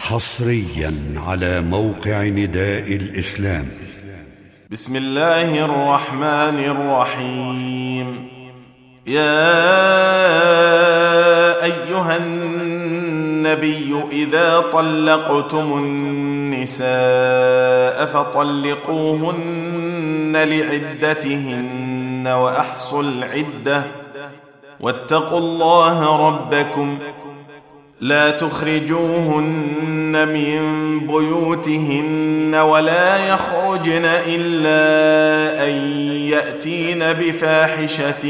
حصريا على موقع نداء الإسلام. بسم الله الرحمن الرحيم. يا أيها النبي إذا طلقتم النساء فطلقوهن لعدتهن وأحصوا العدة واتقوا الله ربكم لا تخرجوهن من بيوتهن ولا يخرجن إلا أن يأتين بفاحشة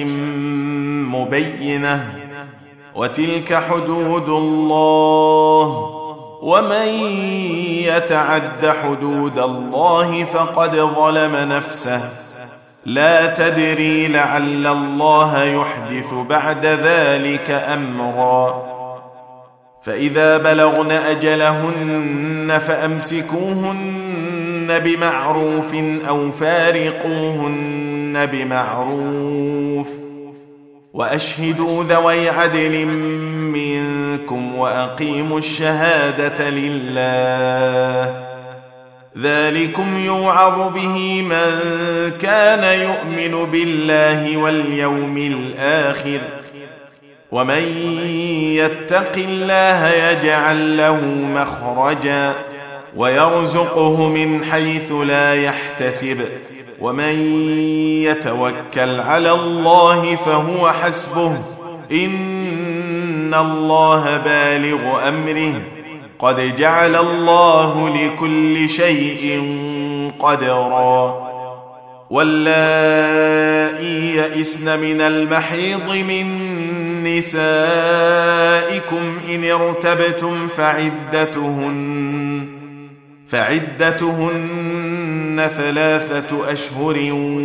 مبينة وتلك حدود الله ومن يتعد حدود الله فقد ظلم نفسه لا تدري لعل الله يحدث بعد ذلك أمرا. فإذا بلغن أجلهن فأمسكوهن بمعروف أو فارقوهن بمعروف وأشهدوا ذوي عدل منكم وأقيموا الشهادة لله ذلكم يوعظ به من كان يؤمن بالله واليوم الآخر ومن يتق الله يجعل له مخرجا ويرزقه من حيث لا يحتسب ومن يتوكل على الله فهو حسبه إن الله بالغ أمره قد جعل الله لكل شيء قدرا. واللائي يئسن من المحيض من نسائكم إن ارتبتم فعدتهن 3 أشهر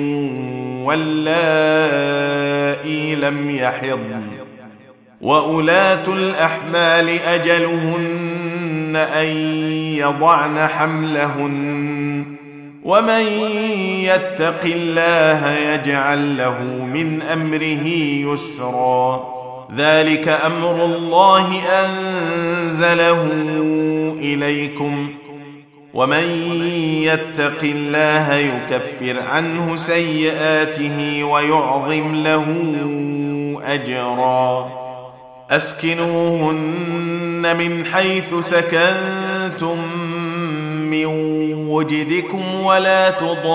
واللائي لم يحضن وأولاة الأحمال أجلهن أن يضعن حملهن ومن يتق الله يجعل له من أمره يسرا ذلك أمر الله أنزله إليكم ومن يتق الله يكفر عنه سيئاته ويعظم له أجرا. أسكنوهن من حيث سكنتم من وجدكم ولا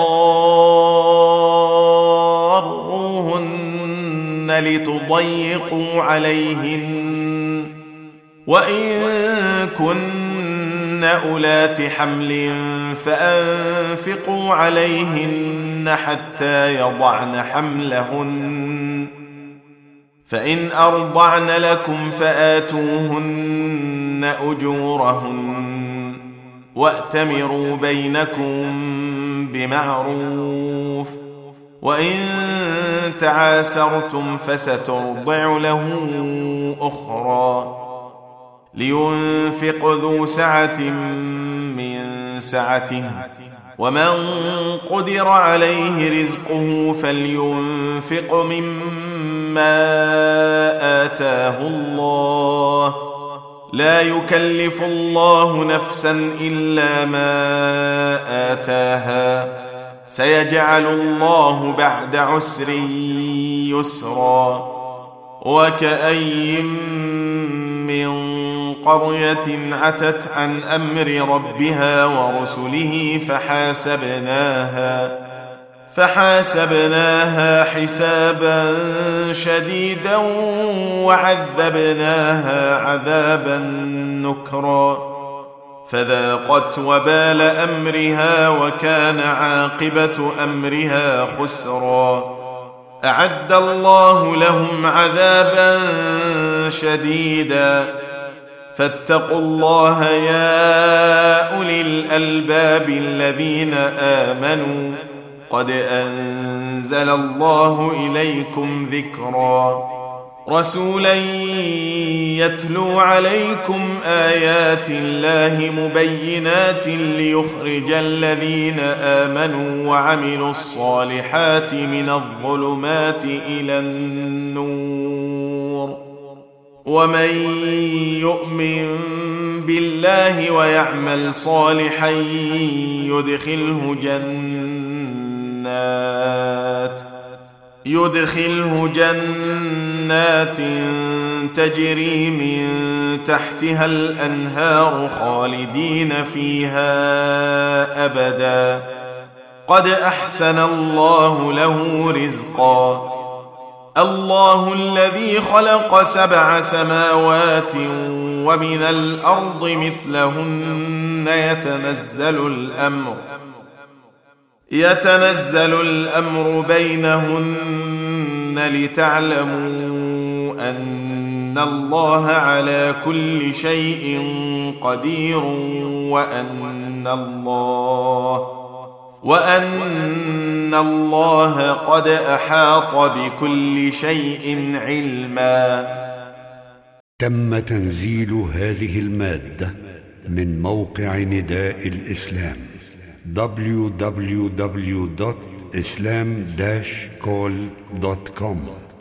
تضاروهن لتضيقوا عليهن وإن كن أولات حمل فأنفقوا عليهن حتى يضعن حملهن فإن أرضعن لكم فآتوهن أجورهن وأتمروا بينكم بمعروف وإن تعاسرتم فسترضع له أخرى لينفق ذو سعة من سعته ومن قدر عليه رزقه فلينفق مما آتاه الله لا يكلف الله نفسا إلا ما آتاها سيجعل الله بعد عسر يسرا. وكأي من قرية عتت عن أمر ربها ورسله فحاسبناها حسابا شديدا وعذبناها عذابا نكرا فذاقت وبال أمرها وكان عاقبة أمرها خسرا. أعد الله لهم عذابا شديدا فاتقوا الله يا أولي الألباب الذين آمنوا قد أنزل الله إليكم ذكرا رسولا يتلو عليكم آيات الله مبينات ليخرج الذين آمنوا وعملوا الصالحات من الظلمات إلى النور ومن يؤمن بالله ويعمل صالحا يدخله جنات تجري من تحتها الأنهار خالدين فيها أبدا قد أحسن الله له رزقا الله الذي خلق 7 سماوات ومن الأرض مثلهن يتنزل الأمر بينهن لتعلموا أن الله على كل شيء قدير وأن الله قد أحاط بكل شيء علما. تم تنزيل هذه المادة من موقع نداء الإسلام www.islam-call.com